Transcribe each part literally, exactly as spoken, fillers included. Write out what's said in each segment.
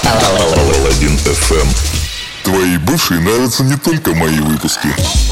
Паладин эф эм. Твоей бывшей нравятся не только мои выпуски.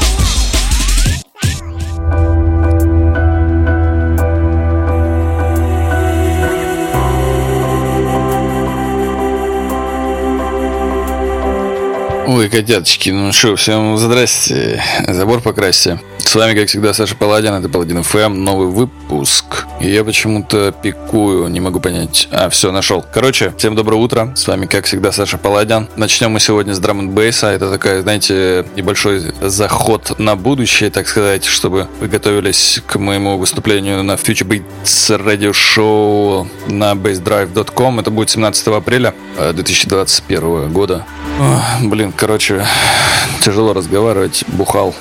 Ой, котяточки, ну что, всем здрасте, забор покрасьте. С вами, как всегда, Саша Паладин, это Паладин эф эм, новый выпуск. И я почему-то пикую, не могу понять. А, все, нашел. Короче, всем доброе утро, с вами, как всегда, Саша Паладин. Начнем мы сегодня с драм-н-бейса. Это такая, знаете, небольшой заход на будущее, так сказать, чтобы вы готовились к моему выступлению на Future Beats Radio Show на бейс драйв точка ком. Это будет семнадцатого апреля две тысячи двадцать первого года. Ох, блин, короче, тяжело разговаривать, бухал.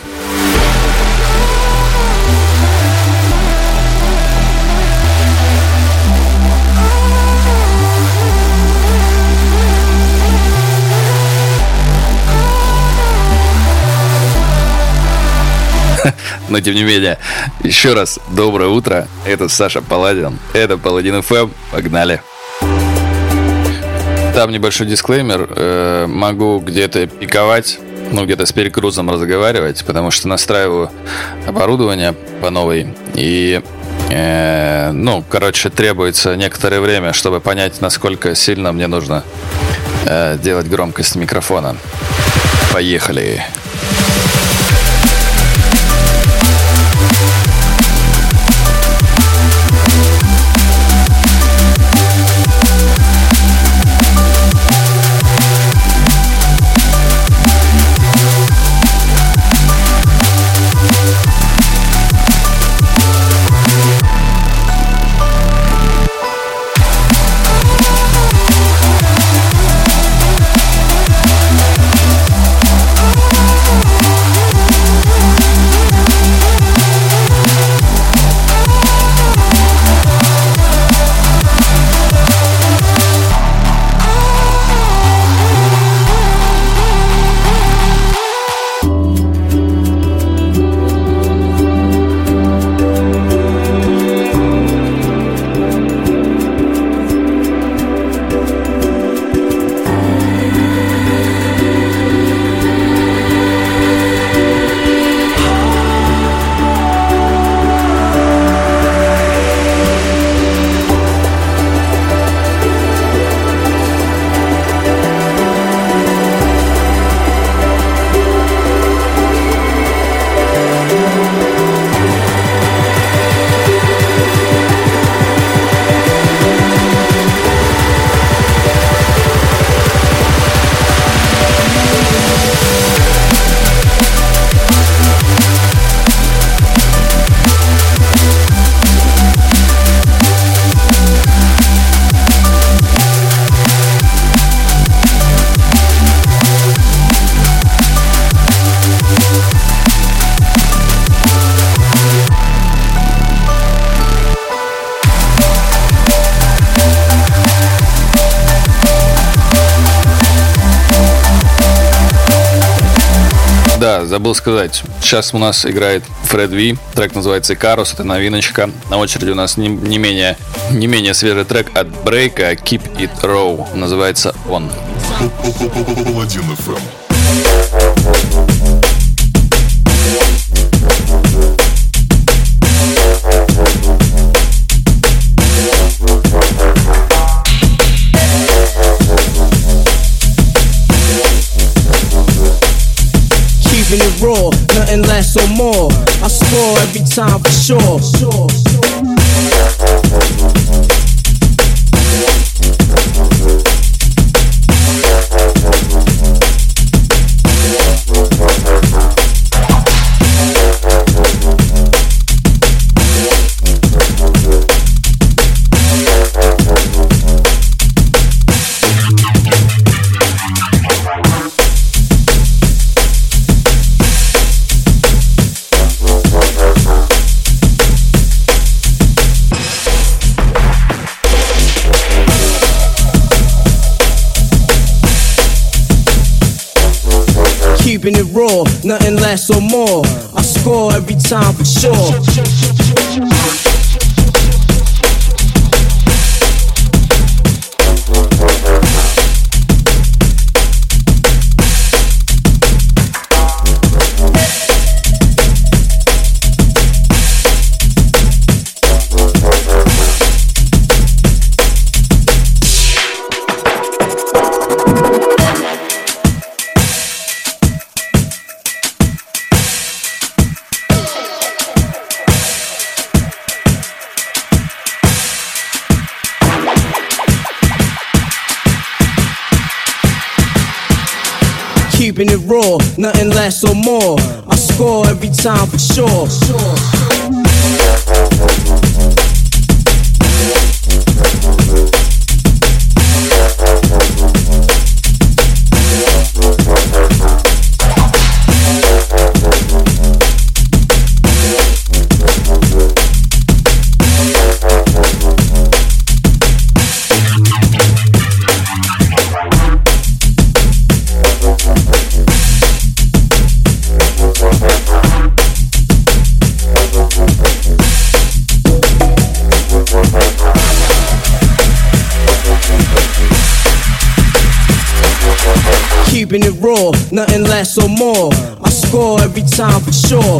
Но тем не менее, еще раз доброе утро. Это Саша Паладин, это Паладин эф эм. Погнали. Там небольшой дисклеймер. э, Могу где-то пиковать, ну где-то с перегрузом разговаривать, потому что настраиваю оборудование по новой. И, э, ну, короче, требуется некоторое время, чтобы понять, насколько сильно мне нужно э, делать громкость микрофона. Поехали. Да, забыл сказать, сейчас у нас играет Фред Ви, трек называется «Икарус», это новиночка. На очереди у нас не, не, менее, не менее свежий трек от Брейка, «Keep It Raw», называется «Он». Паладин эф эм. Keeping it raw, nothing less or more. I score every time for sure. Keeping it raw, nothing less or more. I score every time for sure. Keeping it raw, nothing less or more. I score every time for sure. Keeping it raw, nothing less or more. I score every time for sure.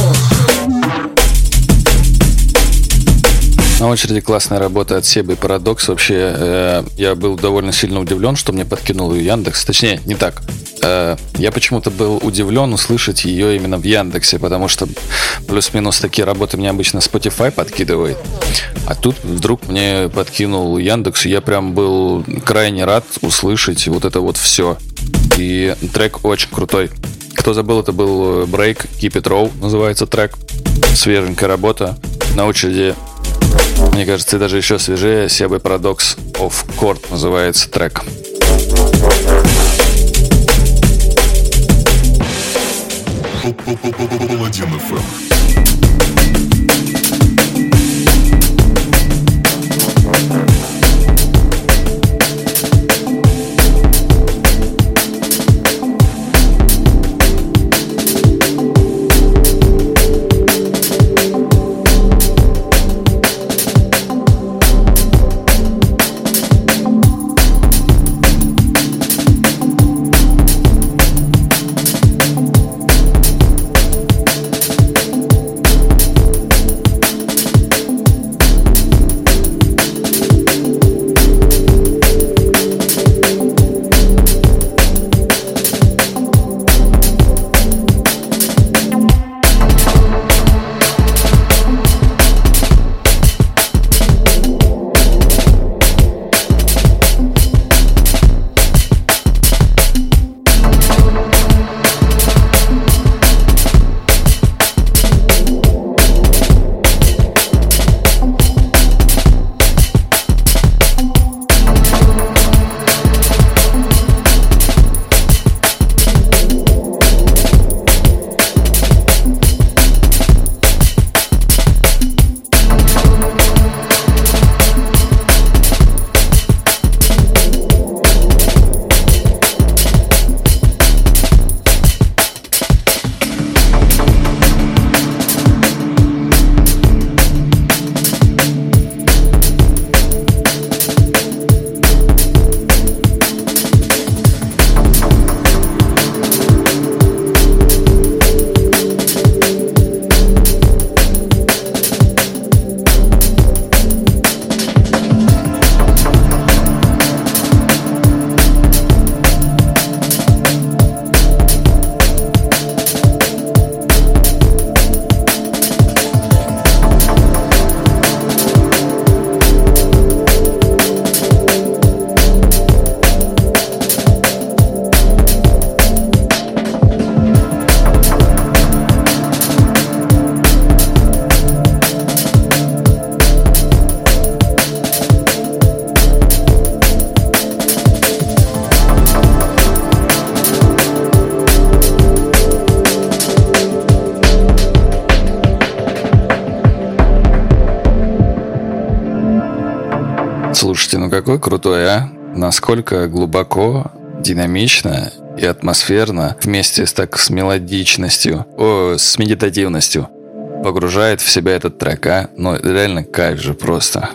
На очереди классная работа от Себы и Парадокс. Вообще, э, я был довольно сильно удивлен, что мне подкинул ее Яндекс. Точнее, не так. Э, я почему-то был удивлен услышать ее именно в Яндексе, потому что плюс-минус такие работы мне обычно Spotify подкидывает. А тут вдруг мне подкинул Яндекс, и я прям был крайне рад услышать вот это вот все. И трек очень крутой. Кто забыл, это был Break, Keep It Raw называется трек. Свеженькая работа. На очереди, мне кажется, и даже еще свежее, Себа Paradox Off Court называется трек. Паладин эф эм. Слушайте, ну какой крутой, а? Насколько глубоко, динамично и атмосферно вместе с так с мелодичностью, о, с медитативностью погружает в себя этот трек, а? Ну реально кайф же просто.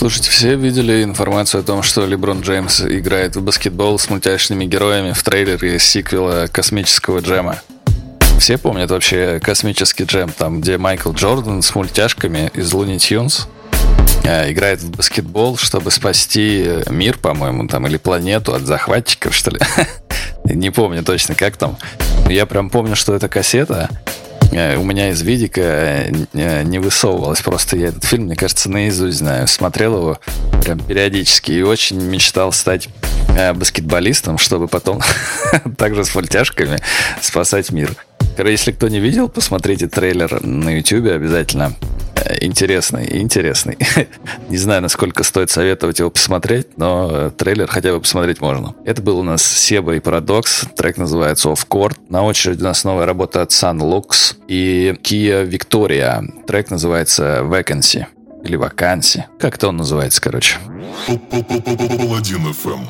Слушайте, все видели информацию о том, что Леброн Джеймс играет в баскетбол с мультяшными героями в трейлере сиквела «Космического джема»? Все помнят вообще «Космический джем», там, где Майкл Джордан с мультяшками из Looney Tunes играет в баскетбол, чтобы спасти мир, по-моему, там, или планету от захватчиков, что ли. Не помню точно, как там. Я прям помню, что эта кассета у меня из видика не высовывалась. Просто я этот фильм, мне кажется, наизусть знаю. Смотрел его прям периодически и очень мечтал стать баскетболистом, чтобы потом также с мультяшками спасать мир. Если кто не видел, посмотрите трейлер на YouTube обязательно. Интересный, интересный. Не знаю, насколько стоит советовать его посмотреть, но трейлер хотя бы посмотреть можно. Это был у нас Себа и Парадокс. Трек называется Off Court. На очереди у нас новая работа от Sunlux и Kia Victoria. Трек называется Vacancy. Или Ваканси. Как-то он называется, короче. Паладин эф эм.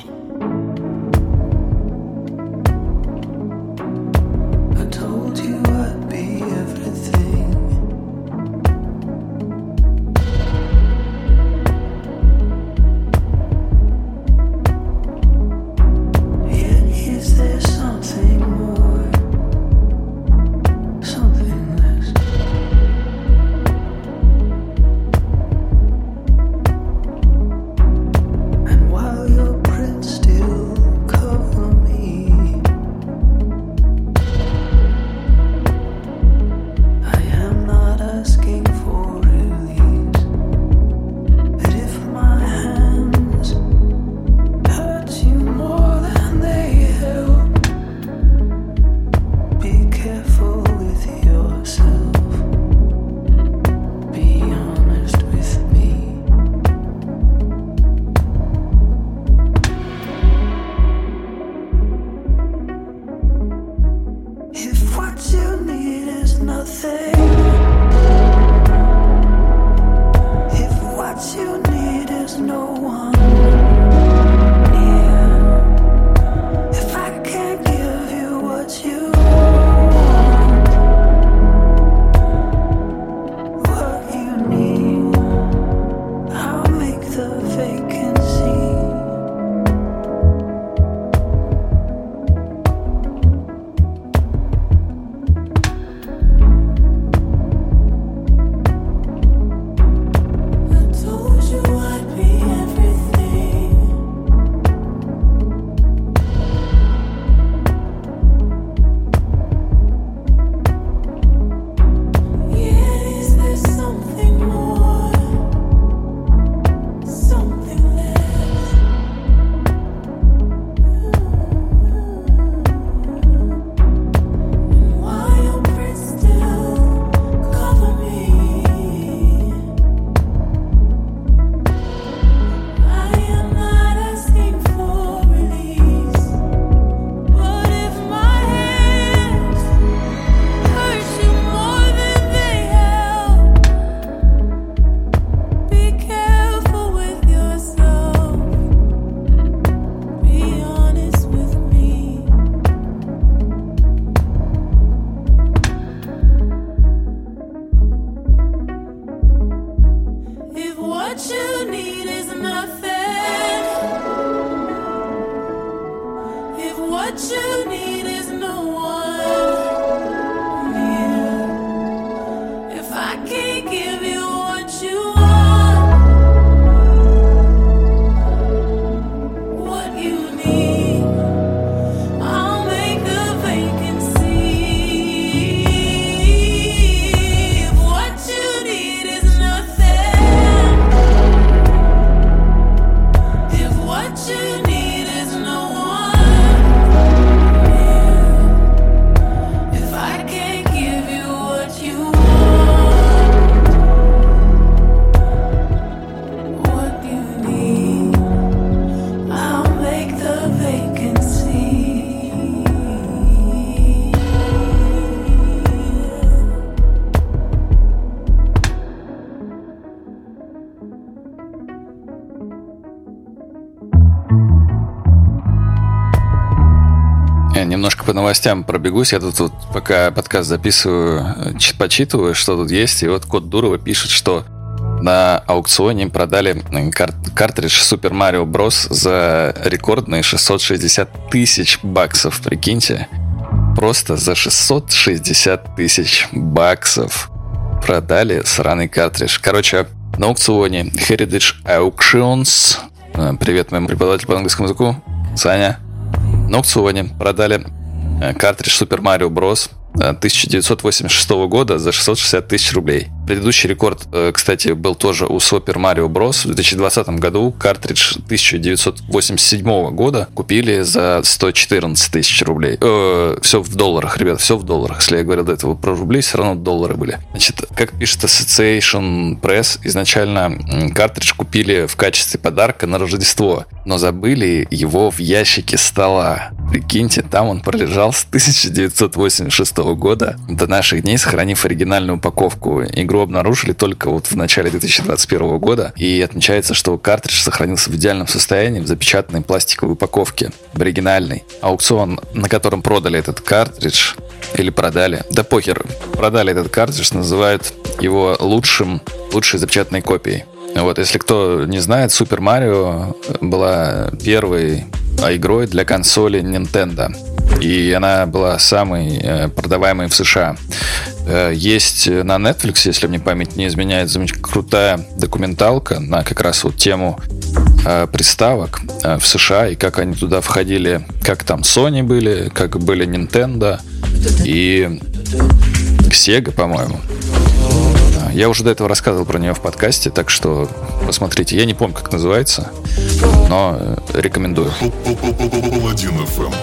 Немножко по новостям пробегусь. Я тут вот, пока подкаст записываю, почитываю, что тут есть. И вот Кот Дурова пишет, что на аукционе продали кар- картридж Super Mario Bros. За рекордные шестьсот шестьдесят тысяч баксов, прикиньте. Просто за шестьсот шестьдесят тысяч баксов продали сраный картридж. Короче, на аукционе Heritage Auctions, привет моему преподавателю по английскому языку, Саня, на аукционе продали картридж Super Mario Bros. тысяча девятьсот восемьдесят шестого года за шестьсот шестьдесят тысяч рублей. Предыдущий рекорд, кстати, был тоже у Super Mario Bros. В две тысячи двадцатом году картридж тысяча девятьсот восемьдесят седьмого года купили за сто четырнадцать тысяч рублей. Э, все в долларах, ребят, все в долларах. Если я говорил до этого про рубли, все равно доллары были. Значит, как пишет Association Press, изначально картридж купили в качестве подарка на Рождество, но забыли его в ящике стола. Прикиньте, там он пролежал с тысяча девятьсот восемьдесят шестого года до наших дней, сохранив оригинальную упаковку. Игру обнаружили только вот в начале две тысячи двадцать первого года, и отмечается, что картридж сохранился в идеальном состоянии в запечатанной пластиковой упаковке, в оригинальной. Аукцион, на котором продали этот картридж, или продали, да похер, продали этот картридж, называют его лучшим, лучшей запечатанной копией. Вот, если кто не знает, Super Mario была первой игрой для консоли Nintendo. И она была самой э, продаваемой в США. Э, есть на Netflix, если мне память не изменяет, замечательная крутая документалка на как раз вот тему э, приставок э, в США и как они туда входили, как там Sony были, как были Nintendo и Sega, по-моему. Я уже до этого рассказывал про нее в подкасте, так что посмотрите. Я не помню, как называется, но рекомендую. Паладин эф эм.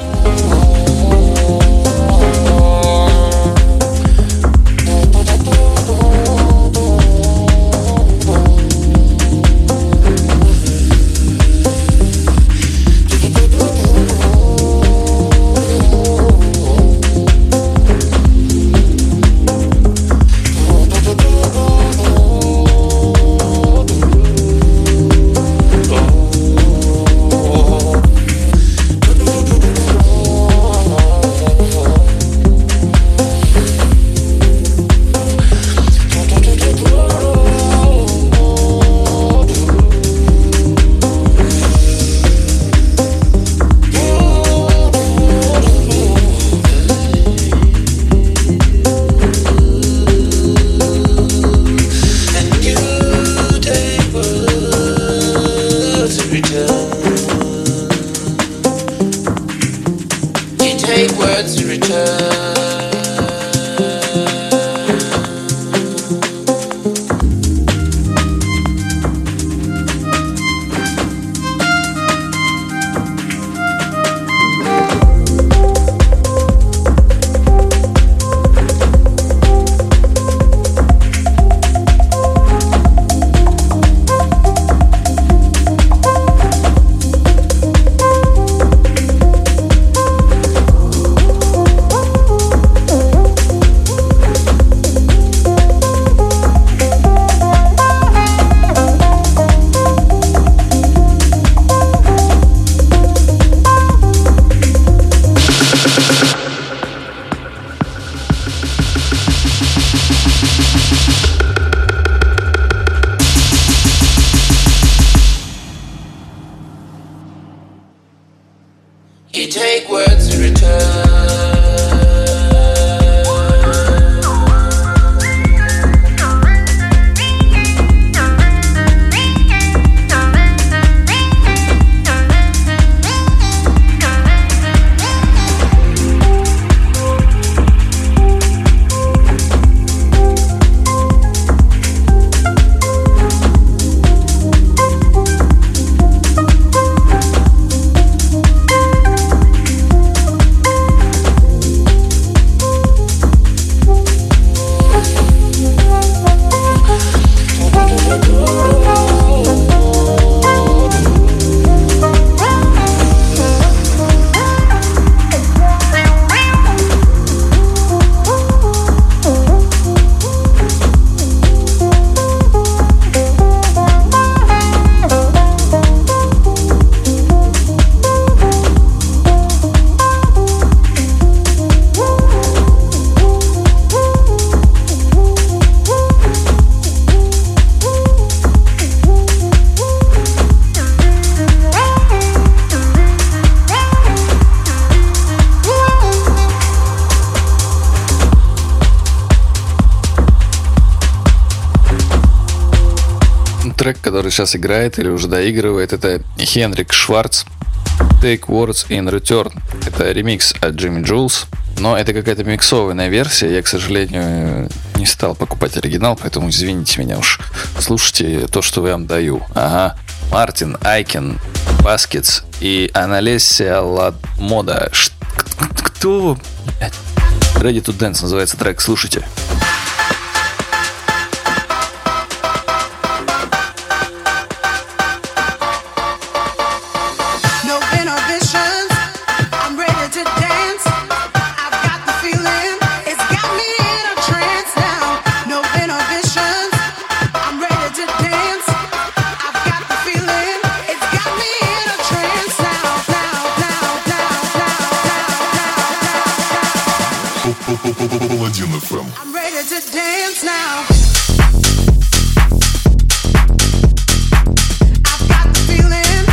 You take words to return. Трек, который сейчас играет или уже доигрывает, это Хенрик Шварц, Take Words in Return. Это ремикс от Джимми Джулс, но это какая-то миксованная версия. Я, к сожалению, не стал покупать оригинал, поэтому извините меня уж. Слушайте то, что я вам даю. Ага. Мартин Айкен, Баскетс и Аналесия Ладмода. Ш- Кто? Ready to Dance называется трек. Слушайте. Паладин эф эм. I'm ready to dance now. I've got the feeling.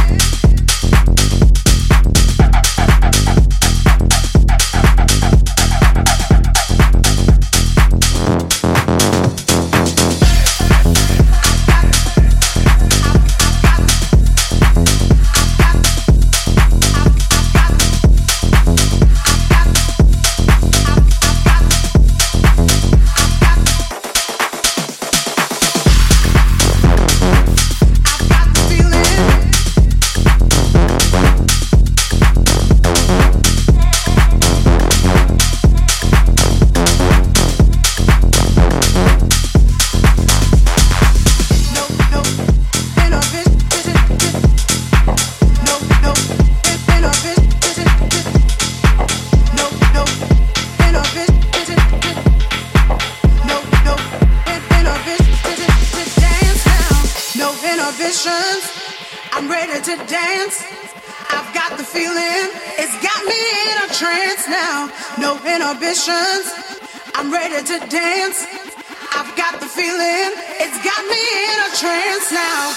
I'm ready to dance. I've got the feeling. It's got me in a trance now. No inhibitions. I'm ready to dance. I've got the feeling. It's got me in a trance now.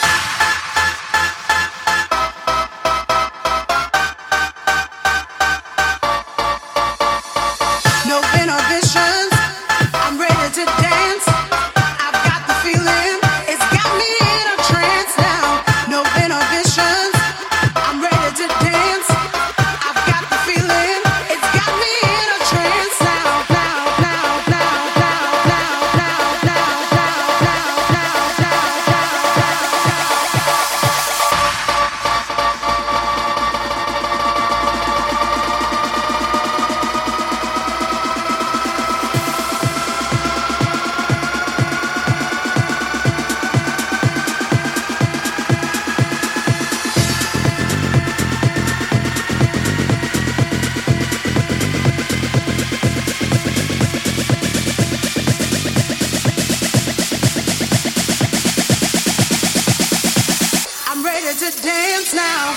No inhibitions. I'm ready to dance. I've got the feeling. It's got me in a trance now. No inhibitions. I'm ready to dance. I've got the feeling. It's got me in a trance now. Now, now, now, now, now, now, now, now, now, I'm ready to dance now.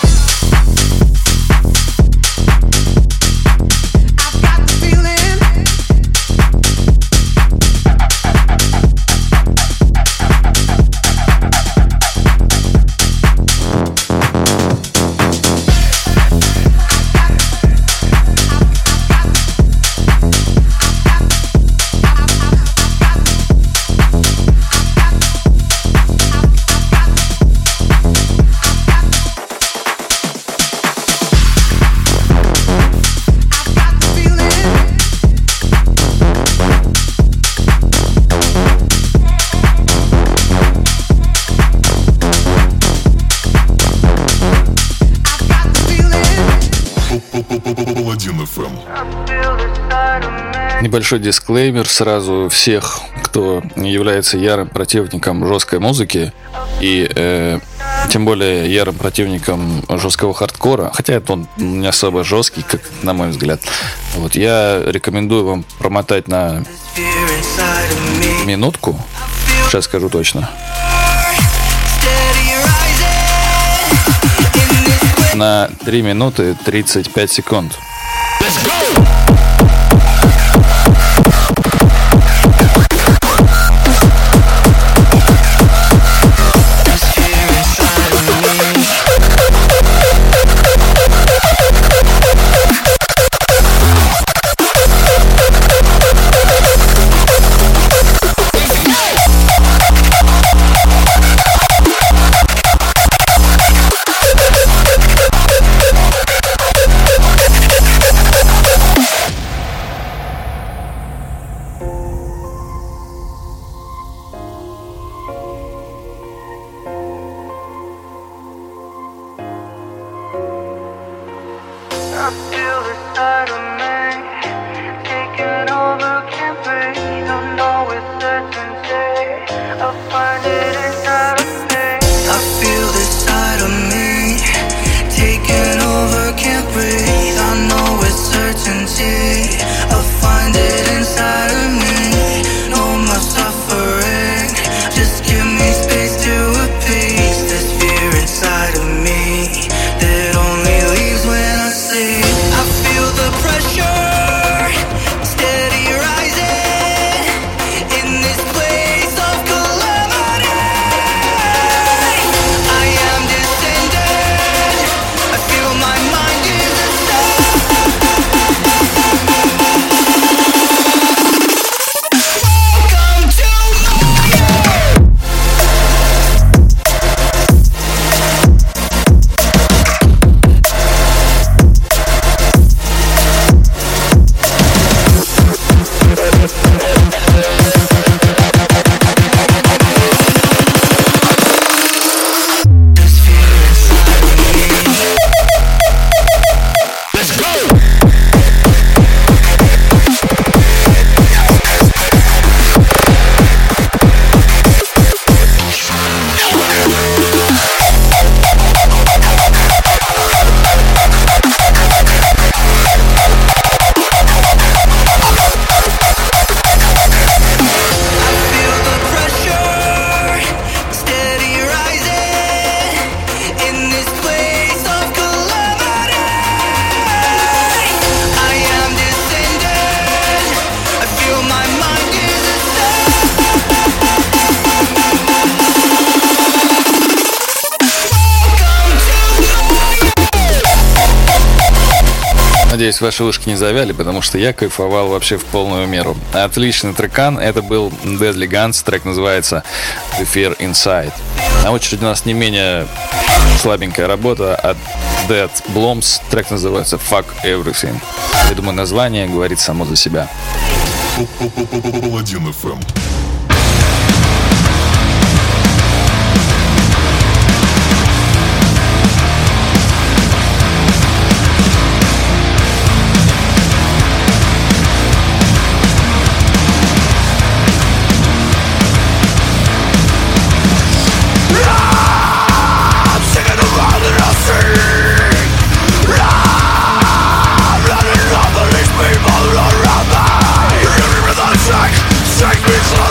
I've got the feeling. Паладин эф эм. Небольшой дисклеймер сразу всех, кто является ярым противником жесткой музыки и э, тем более ярым противником жесткого хардкора, хотя это он не особо жесткий, как на мой взгляд. Вот я рекомендую вам промотать на минутку. Сейчас скажу точно. На три минуты тридцать пять секунд. inside of me, taking over, can't breathe. Don't know with certainty. I'll find it inside of me. I feel this side of me, taking over, can't breathe. I know with certainty. I'll find it inside of me. No more suffering. Just give me space to appease this fear inside of me that only leaves when I sleep. I feel the pressure steady rising in this place of calamity. I am descended. I feel my mind is a welcome to this fear inside of me. Let's go! Feel the pressure steady rising in this place of calamity. I am descended. I feel my mind is a Надеюсь, ваши ушки не завяли, потому что я кайфовал вообще в полную меру. Отличный трекан, это был Deadly Guns, трек называется The Fear Inside. На очереди у нас не менее слабенькая работа от Dead Bloms, трек называется Fuck Everything. Я думаю, название говорит само за себя. Паладин эф эм. Take me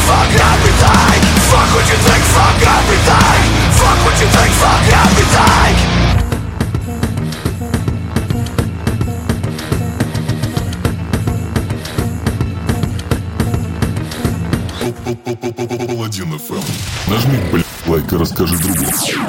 fuck everything. Fuck what you think, fuck everything. Fuck what you think, fuck everything. Паладин эф эм. Нажми, блядь, лайк и расскажи другу.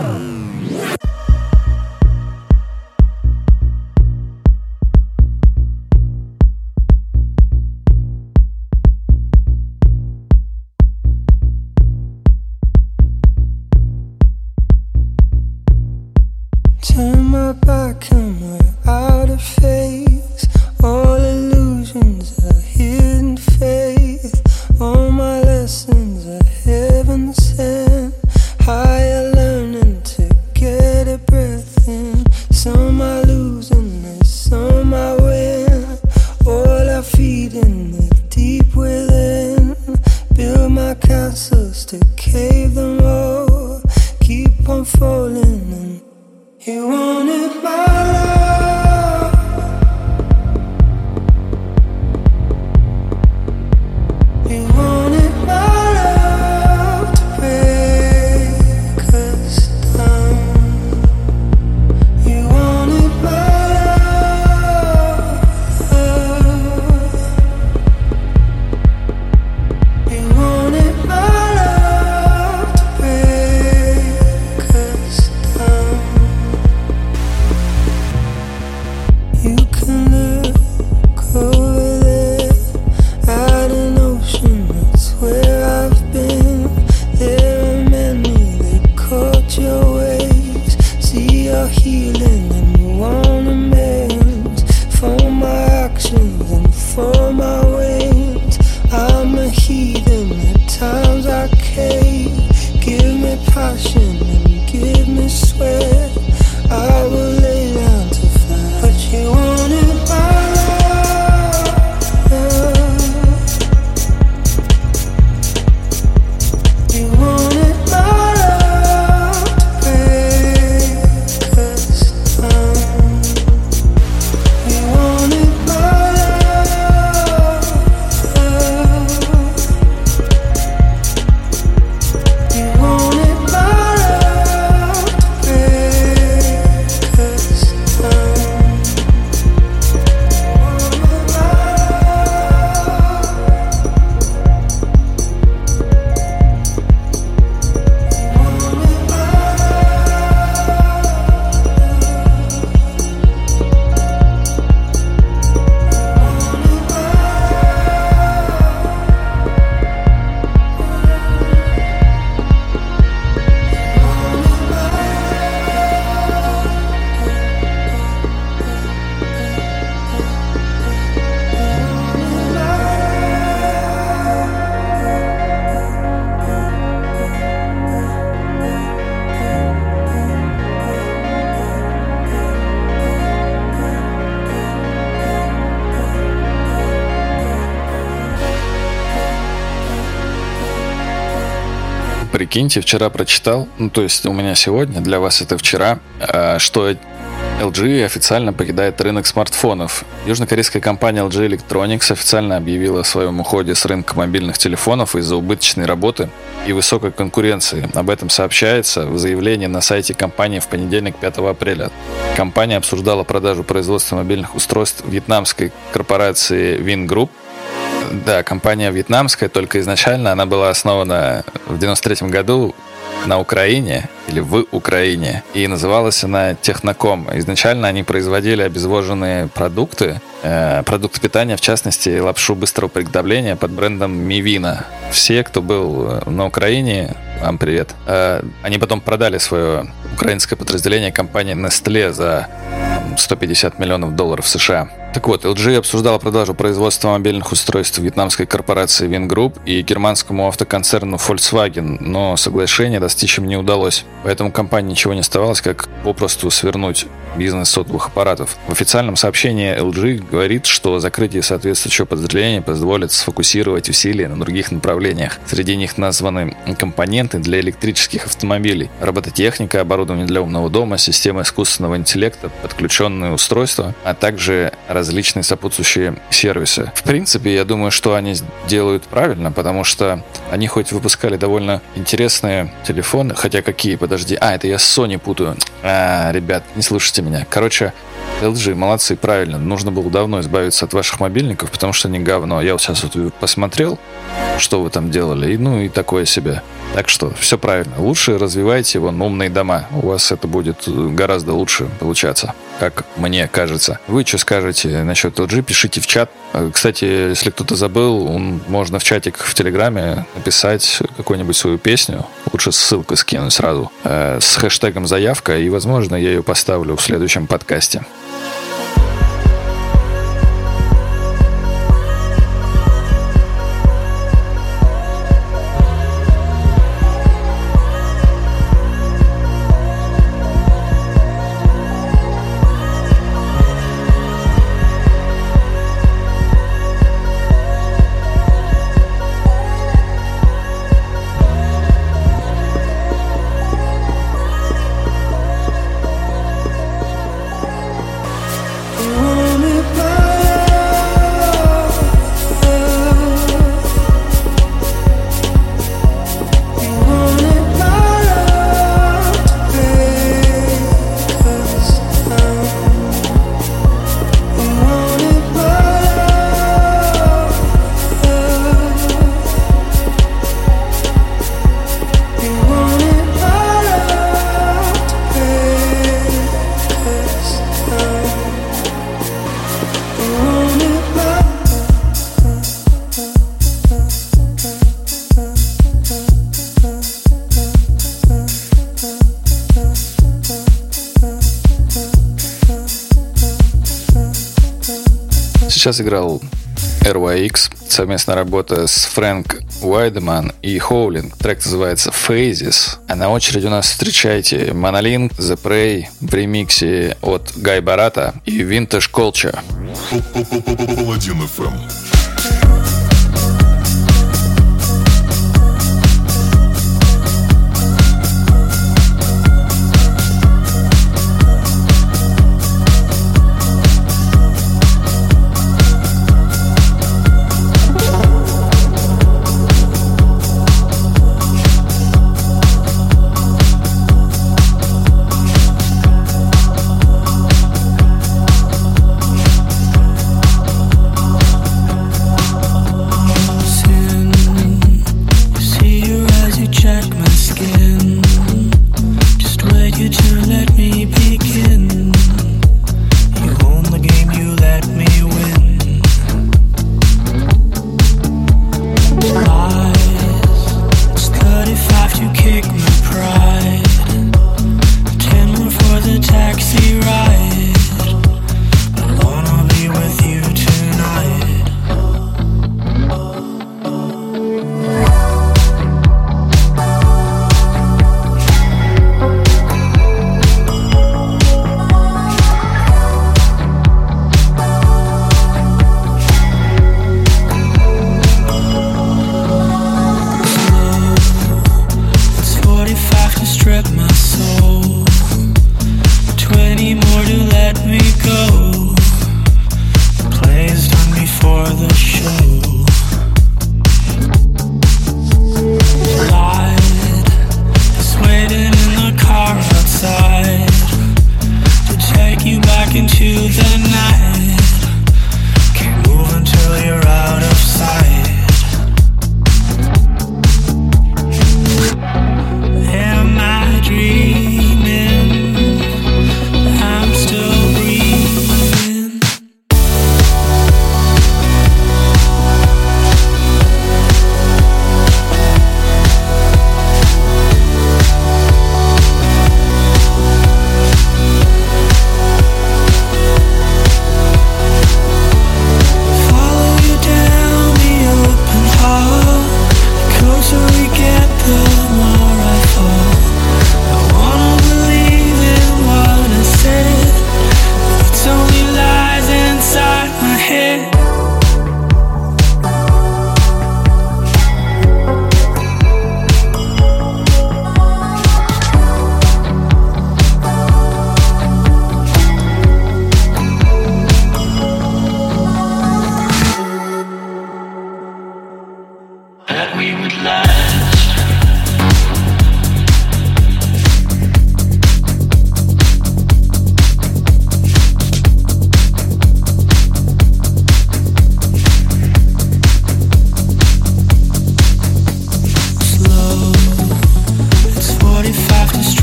Turn my back and we're out of phase. All illusions are hidden faith. All my lessons are heaven sent. Higher learning to get a breath in. Some I lose and some I win. All I feed in the deep within. Build my castles to cave them all. Keep on falling and you wanted my love. You wanted my love to break us down. You wanted my love. You wanted my love to break us down. You can look over there at an ocean, that's where I've been. There are many that caught your waves. See your healing and want amends for my actions and for my wins. I'm a heathen, at times I cave. Give me passion and give me sweat. I will lay down to fly. But you wanted my love. You wanted my love to break us down. You wanted my love. You wanted my love to break us down. Прикиньте, вчера прочитал, ну то есть у меня сегодня, для вас это вчера, что эл джи официально покидает рынок смартфонов. Южнокорейская компания эл джи Electronics официально объявила о своем уходе с рынка мобильных телефонов из-за убыточной работы и высокой конкуренции. Об этом сообщается в заявлении на сайте компании в понедельник, пятого апреля. Компания обсуждала продажу производства мобильных устройств вьетнамской корпорации Vingroup. Да, компания вьетнамская, только изначально она была основана в девяносто третьем году на Украине, или в Украине, и называлась она Техноком. Изначально они производили обезвоженные продукты, э, продукты питания, в частности, лапшу быстрого приготовления под брендом Мивина. Все, кто был на Украине, вам привет. Э, они потом продали свое украинское подразделение компании Nestle за сто пятьдесят миллионов долларов США. Так вот, эл джи обсуждала продажу производства мобильных устройств вьетнамской корпорации Vingroup и германскому автоконцерну Volkswagen, но соглашение достичь им не удалось. Поэтому компании ничего не оставалось, как попросту свернуть бизнес сотовых аппаратов. В официальном сообщении эл джи говорит, что закрытие соответствующего подразделения позволит сфокусировать усилия на других направлениях. Среди них названы компоненты для электрических автомобилей, робототехника, оборудование для умного дома, системы искусственного интеллекта, подключенные устройства, а также развитие различные сопутствующие сервисы. В принципе, я думаю, что они делают правильно, потому что они хоть выпускали довольно интересные телефоны, хотя какие, подожди, а, это я с Sony путаю. А, ребят, не слушайте меня. Короче, эл джи, молодцы, правильно. Нужно было давно избавиться от ваших мобильников, потому что они говно. Я вот сейчас вот посмотрел, что вы там делали, и ну и такое себе. Так что все правильно. Лучше развивайте вон умные дома. У вас это будет гораздо лучше получаться, как мне кажется. Вы что скажете насчет эл джи? Пишите в чат. Кстати, если кто-то забыл, он, можно в чатик в Телеграме написать какую-нибудь свою песню. Лучше ссылку скину сразу э, с хэштегом «Заявка», и, возможно, я ее поставлю в следующем подкасте. Сейчас играл эр уай икс, совместная работа с Фрэнк Уайдеман и Хоулинг. Трек называется Phases. А на очереди у нас встречайте Monolink, The Prey в ремиксе от Гай Барата и Vintage Culture. Паладин эф эм.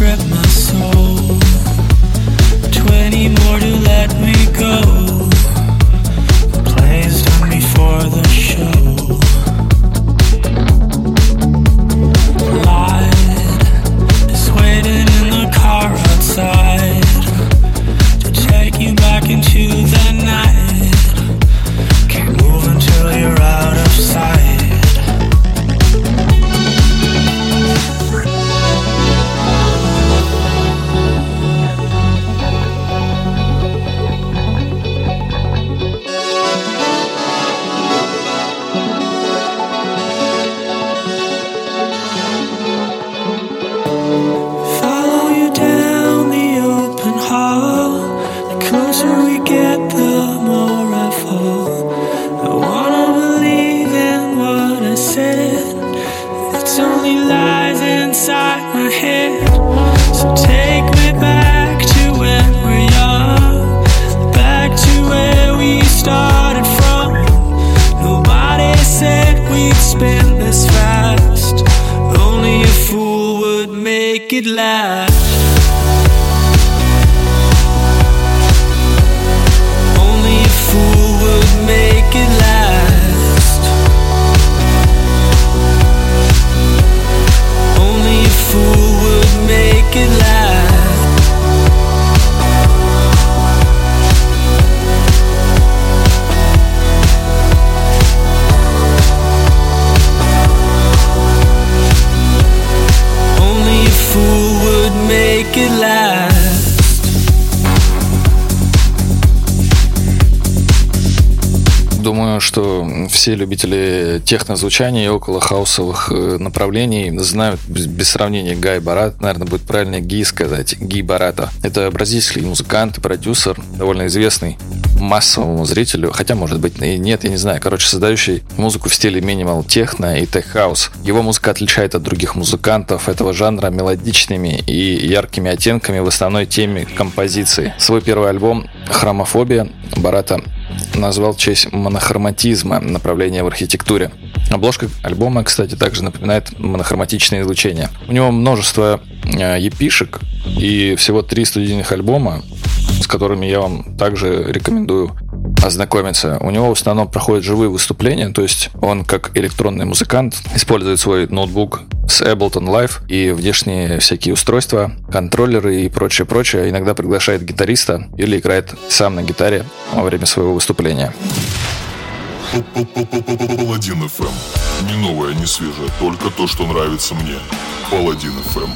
strip my soul. Twenty more to let me go. The play's done before the show. Light is waiting in the car outside to take you back into the night. Can't move until you're out of sight. It last. Only a fool would make it last. Only a fool would make it last. Fool would make it last. Думаю, что все любители технозвучания и около хаусовых направлений знают без сравнения Гай Барат. Наверное, будет правильно Ги сказать. Ги Барата. Это бразильский музыкант и продюсер, довольно известный массовому зрителю, хотя, может быть, и нет, я не знаю. Короче, создающий музыку в стиле минимал техно и тех-хаус. Его музыка отличает от других музыкантов этого жанра мелодичными и яркими оттенками в основной теме композиции. Свой первый альбом «Хромофобия» Барата назвал в честь монохроматизма, направления в архитектуре. Обложка альбома, кстати, также напоминает монохроматичное излучение. У него множество епишек и всего три студийных альбома, с которыми я вам также рекомендую ознакомиться. У него в основном проходят живые выступления, то есть он, как электронный музыкант, использует свой ноутбук с Ableton Live и внешние всякие устройства, контроллеры и прочее-прочее. Иногда приглашает гитариста или играет сам на гитаре во время своего выступления. Паладин эф эм. Не новое, не свежее, только то, что нравится мне. Паладин эф эм.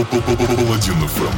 Паладин эф эм.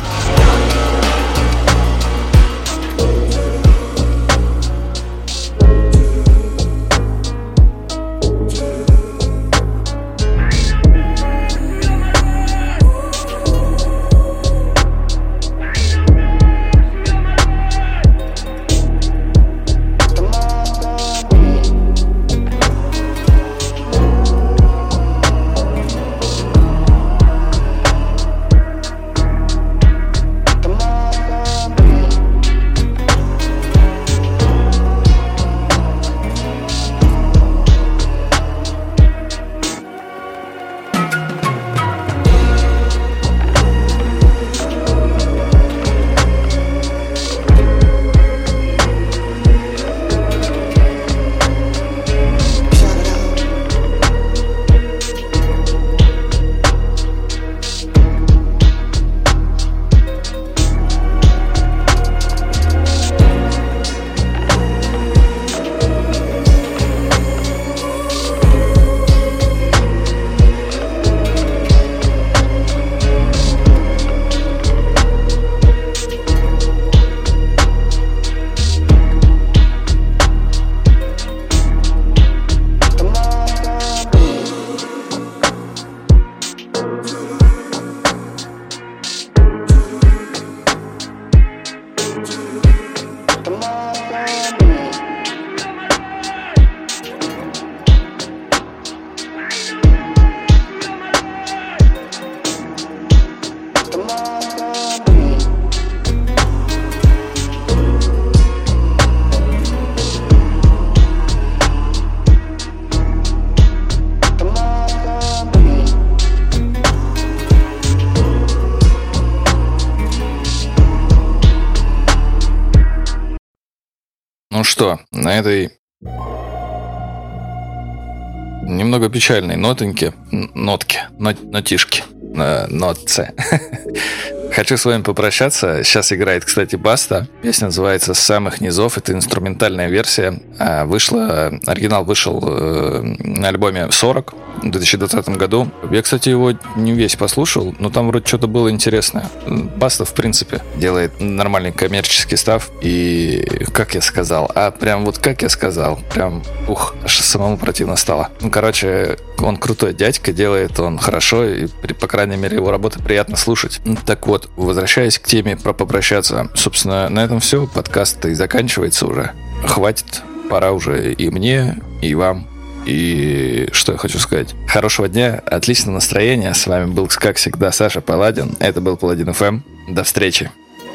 Ну что, на этой немного печальной нотоньке, нотке, нот, нотишке, э, нотце. Хочу с вами попрощаться. Сейчас играет, кстати, Баста. Песня называется «С самых низов». Это инструментальная версия. Вышла, оригинал вышел на альбоме сорок в две тысячи двадцатом году. Я, кстати, его не весь послушал, но там вроде что-то было интересное. Баста, в принципе, делает нормальный коммерческий став. И, как я сказал, а прям вот как я сказал, прям, ух, аж самому противно стало. Ну, короче, он крутой дядька, делает он хорошо, и, по крайней мере, его работы приятно слушать. Так вот, возвращаясь к теме про попрощаться, собственно, на этом все. Подкаст-то и заканчивается уже. Хватит, пора уже и мне, и вам. И что я хочу сказать? Хорошего дня, отличного настроения. С вами был, как всегда, Саша Паладин. Это был Паладин эф эм. До встречи.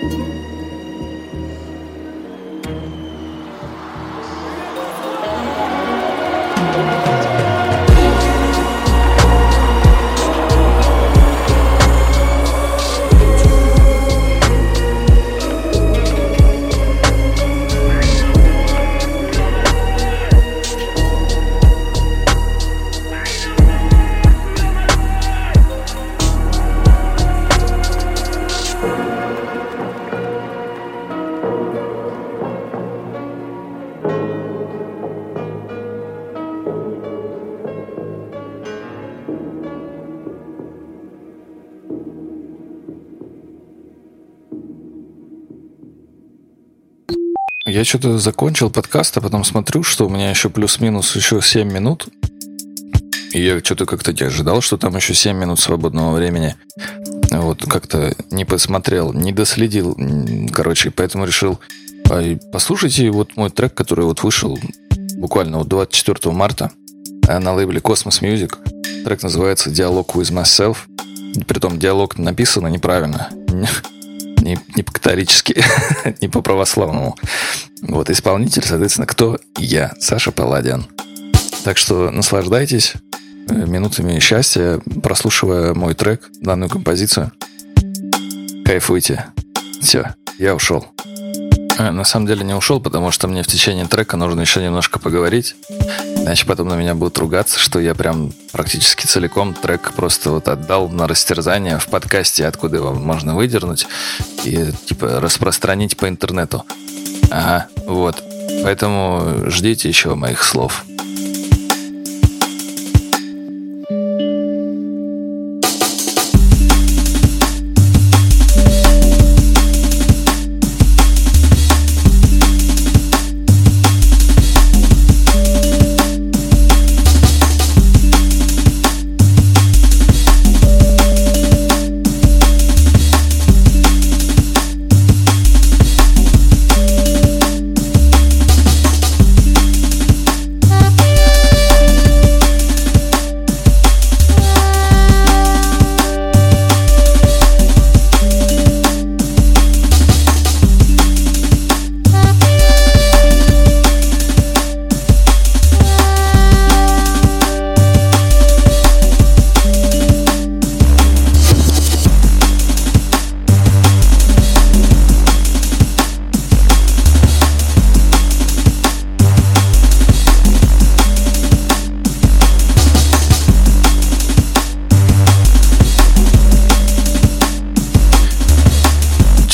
Я что-то закончил подкаст, а потом смотрю, что у меня еще плюс-минус еще семь минут. И я что-то как-то не ожидал, что там еще семь минут свободного времени. Вот, как-то не посмотрел, не доследил, короче, поэтому решил, послушайте вот мой трек, который вот вышел буквально вот двадцать четвёртого марта на лейбле Cosmos Music. Трек называется «Dialogue with Myself». Притом диалог написано неправильно. Не, не по-католически, не по-православному. Вот, исполнитель, соответственно, кто? Я, Саша Паладин. Так что наслаждайтесь минутами счастья, прослушивая мой трек, данную композицию. Кайфуйте. Все, я ушел. А, на самом деле не ушел, потому что мне в течение трека нужно еще немножко поговорить. Иначе потом на меня будут ругаться, что я прям практически целиком трек просто вот отдал на растерзание в подкасте, откуда его можно выдернуть и типа распространить по интернету. Ага, вот. Поэтому ждите еще моих слов.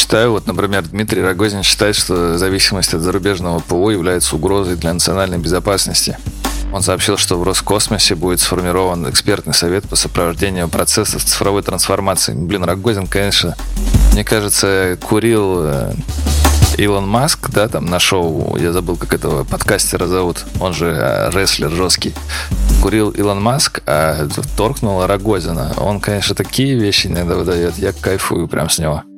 читаю, вот, например, Дмитрий Рогозин считает, что зависимость от зарубежного ПО является угрозой для национальной безопасности. Он сообщил, что в Роскосмосе будет сформирован экспертный совет по сопровождению процессов цифровой трансформации. Блин, Рогозин, конечно, мне кажется, курил э, Илон Маск, да, там на шоу, я забыл, как этого подкастера зовут, он же э, рестлер жесткий. Курил Илон Маск, а торкнула Рогозина. Он, конечно, такие вещи иногда выдает, я кайфую прям с него.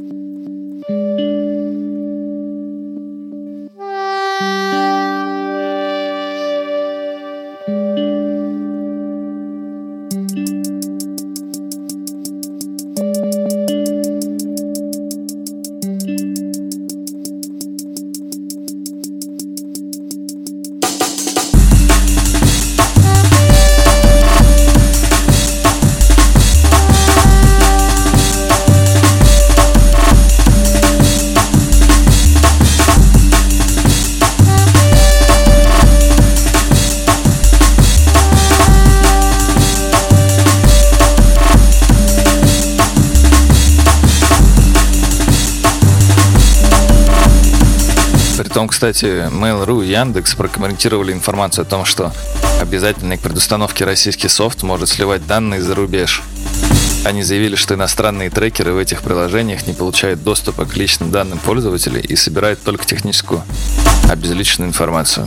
Притом, кстати, Mail.ru и Яндекс прокомментировали информацию о том, что обязательный к предустановке российский софт может сливать данные за рубеж. Они заявили, что иностранные трекеры в этих приложениях не получают доступа к личным данным пользователей и собирают только техническую обезличенную информацию.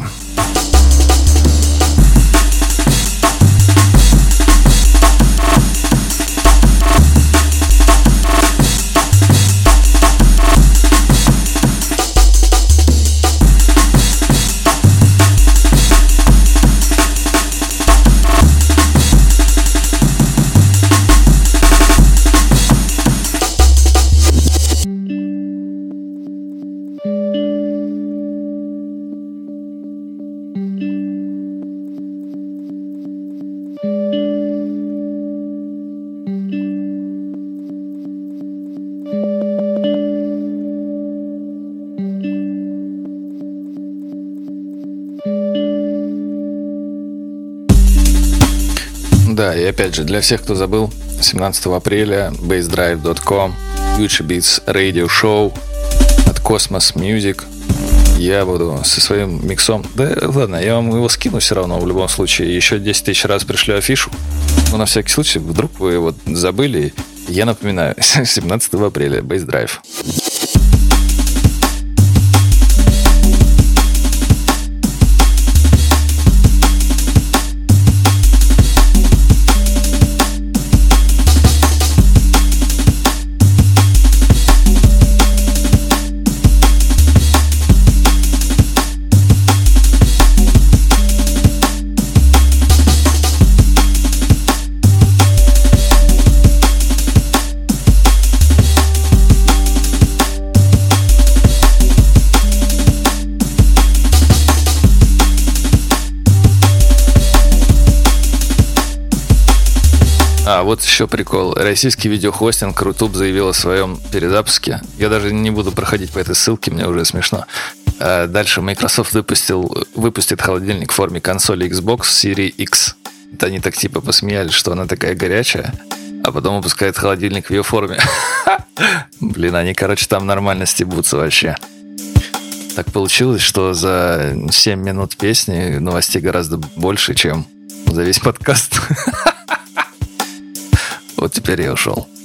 Да, и опять же, для всех, кто забыл, семнадцатого апреля бейсдрайв точка ком, Future Beats Radio Show от Cosmos Music. Я буду со своим миксом. Да ладно, я вам его скину все равно в любом случае. Еще десять тысяч раз пришлю афишу. Но на всякий случай, вдруг вы его забыли, я напоминаю, семнадцатого апреля бейсдрайв. А, вот еще прикол. Российский видеохостинг Рутуб заявил о своем перезапуске. Я даже не буду проходить по этой ссылке, мне уже смешно. А дальше Microsoft выпустил, выпустит холодильник в форме консоли Xbox Series X. Это они так типа посмеялись, что она такая горячая, а потом выпускает холодильник в ее форме. Блин, они, короче, там нормально стебутся вообще. Так получилось, что за семь минут песни новостей гораздо больше, чем за весь подкаст. Вот теперь я ушел.